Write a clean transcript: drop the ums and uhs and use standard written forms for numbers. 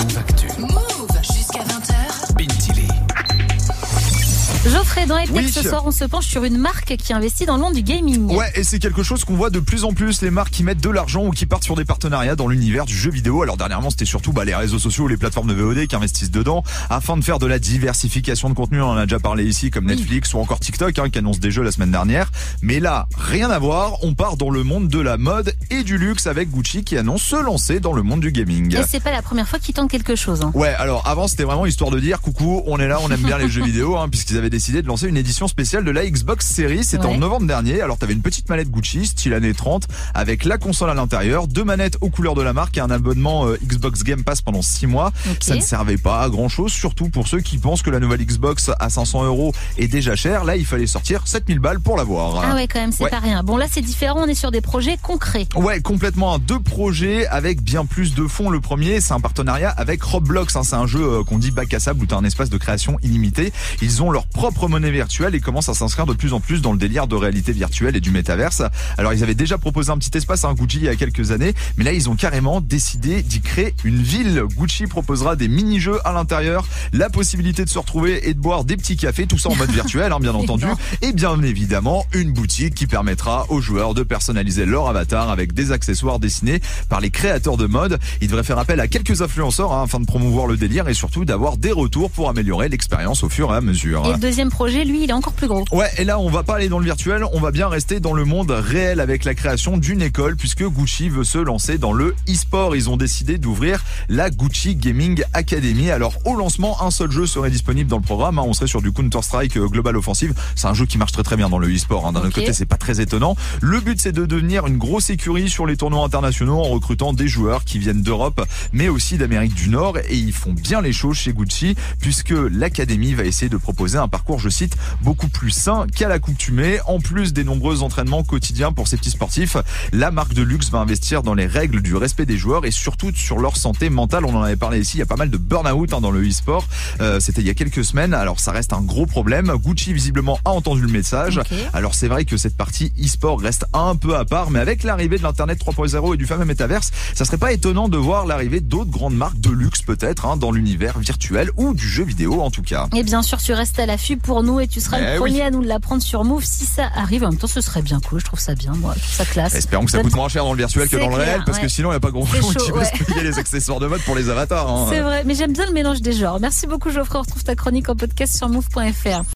Move Actu. Move jusqu'à 20h. Bintili. Geoffrey, dans Hightech Oui. ce soir, on se penche sur une marque qui investit dans le monde du gaming. Ouais, et c'est quelque chose qu'on voit de plus en plus, les marques qui mettent de l'argent ou qui partent sur des partenariats dans l'univers du jeu vidéo. Alors dernièrement, c'était surtout les réseaux sociaux, les plateformes de VOD qui investissent dedans afin de faire de la diversification de contenu. On en a déjà parlé ici, comme Netflix ou encore TikTok qui annonce des jeux la semaine dernière. Mais là, rien à voir, on part dans le monde de la mode et du luxe avec Gucci qui annonce se lancer dans le monde du gaming. Et c'est pas la première fois qu'ils tentent quelque chose. Ouais, alors avant c'était vraiment histoire de dire coucou, on est là, on aime bien les jeux vidéo, puisqu'ils avaient décidé de lancer une édition spéciale de la Xbox Series. C'était en novembre dernier. Alors t'avais une petite mallette Gucci, style années 30, avec la console à l'intérieur, 2 manettes aux couleurs de la marque et un abonnement Xbox Game Pass pendant 6 mois. Ça ne servait pas à grand chose, surtout pour ceux qui pensent que la nouvelle Xbox à 500 € est déjà chère. Là, il fallait sortir 7000 balles pour l'avoir. Ah ouais, quand même, c'est pas rien. Bon, là, c'est différent, on est sur des projets concrets. Ouais, complètement. 2 projets avec bien plus de fonds. Le premier, c'est un partenariat avec Roblox. C'est un jeu qu'on dit bac à sable où t'as un espace de création illimité. Ils ont leur propre monnaie virtuelle et commencent à s'inscrire de plus en plus dans le délire de réalité virtuelle et du métaverse. Alors, ils avaient déjà proposé un petit espace à Gucci il y a quelques années, mais là, ils ont carrément décidé d'y créer une ville. Gucci proposera des mini-jeux à l'intérieur, la possibilité de se retrouver et de boire des petits cafés, tout ça en mode virtuel, bien entendu. Et bien évidemment, une boutique qui permettra aux joueurs de personnaliser leur avatar avec des accessoires dessinés par les créateurs de mode. Ils devraient faire appel à quelques influenceurs afin de promouvoir le délire et surtout d'avoir des retours pour améliorer l'expérience au fur et à mesure. Et le deuxième projet, lui, il est encore plus gros. Ouais, et là, on va pas aller dans le virtuel, on va bien rester dans le monde réel avec la création d'une école puisque Gucci veut se lancer dans le e-sport. Ils ont décidé d'ouvrir la Gucci Gaming Academy. Alors, au lancement, un seul jeu serait disponible dans le programme. On serait sur du Counter-Strike Global Offensive. C'est un jeu qui marche très très bien dans le e-sport. D'un autre côté, c'est pas très étonnant. Le but, c'est de devenir une grosse écurie sur les tournois internationaux en recrutant des joueurs qui viennent d'Europe, mais aussi d'Amérique du Nord. Et ils font bien les choses chez Gucci puisque l'académie va essayer de proposer un parcours, je cite, beaucoup plus sain qu'à l'accoutumée. En plus des nombreux entraînements quotidiens pour ces petits sportifs, la marque de luxe va investir dans les règles du respect des joueurs et surtout sur leur santé mentale. On en avait parlé ici, il y a pas mal de burn-out dans le e-sport. C'était il y a quelques semaines, alors ça reste un gros problème. Gucci visiblement a entendu le message. Alors c'est vrai que cette partie e-sport reste un peu à part, mais avec l'arrivée de l'internet 3.0 et du fameux métaverse, ça serait pas étonnant de voir l'arrivée d'autres grandes marques de luxe peut-être dans l'univers virtuel ou du jeu vidéo en tout cas. Et bien sûr, tu restes à l'affût pour nous et tu seras le premier à nous l'apprendre sur Move si ça arrive. En même temps, ce serait bien cool, je trouve ça bien, moi, je trouve ça classe. Espérons que ça coûte moins cher dans le virtuel que dans le réel, parce que sinon il n'y a pas grand chose qui peut se payer les accessoires de mode pour les avatars. C'est vrai, mais j'aime bien le mélange des genres. Merci beaucoup Geoffrey, on retrouve ta chronique en podcast sur move.fr.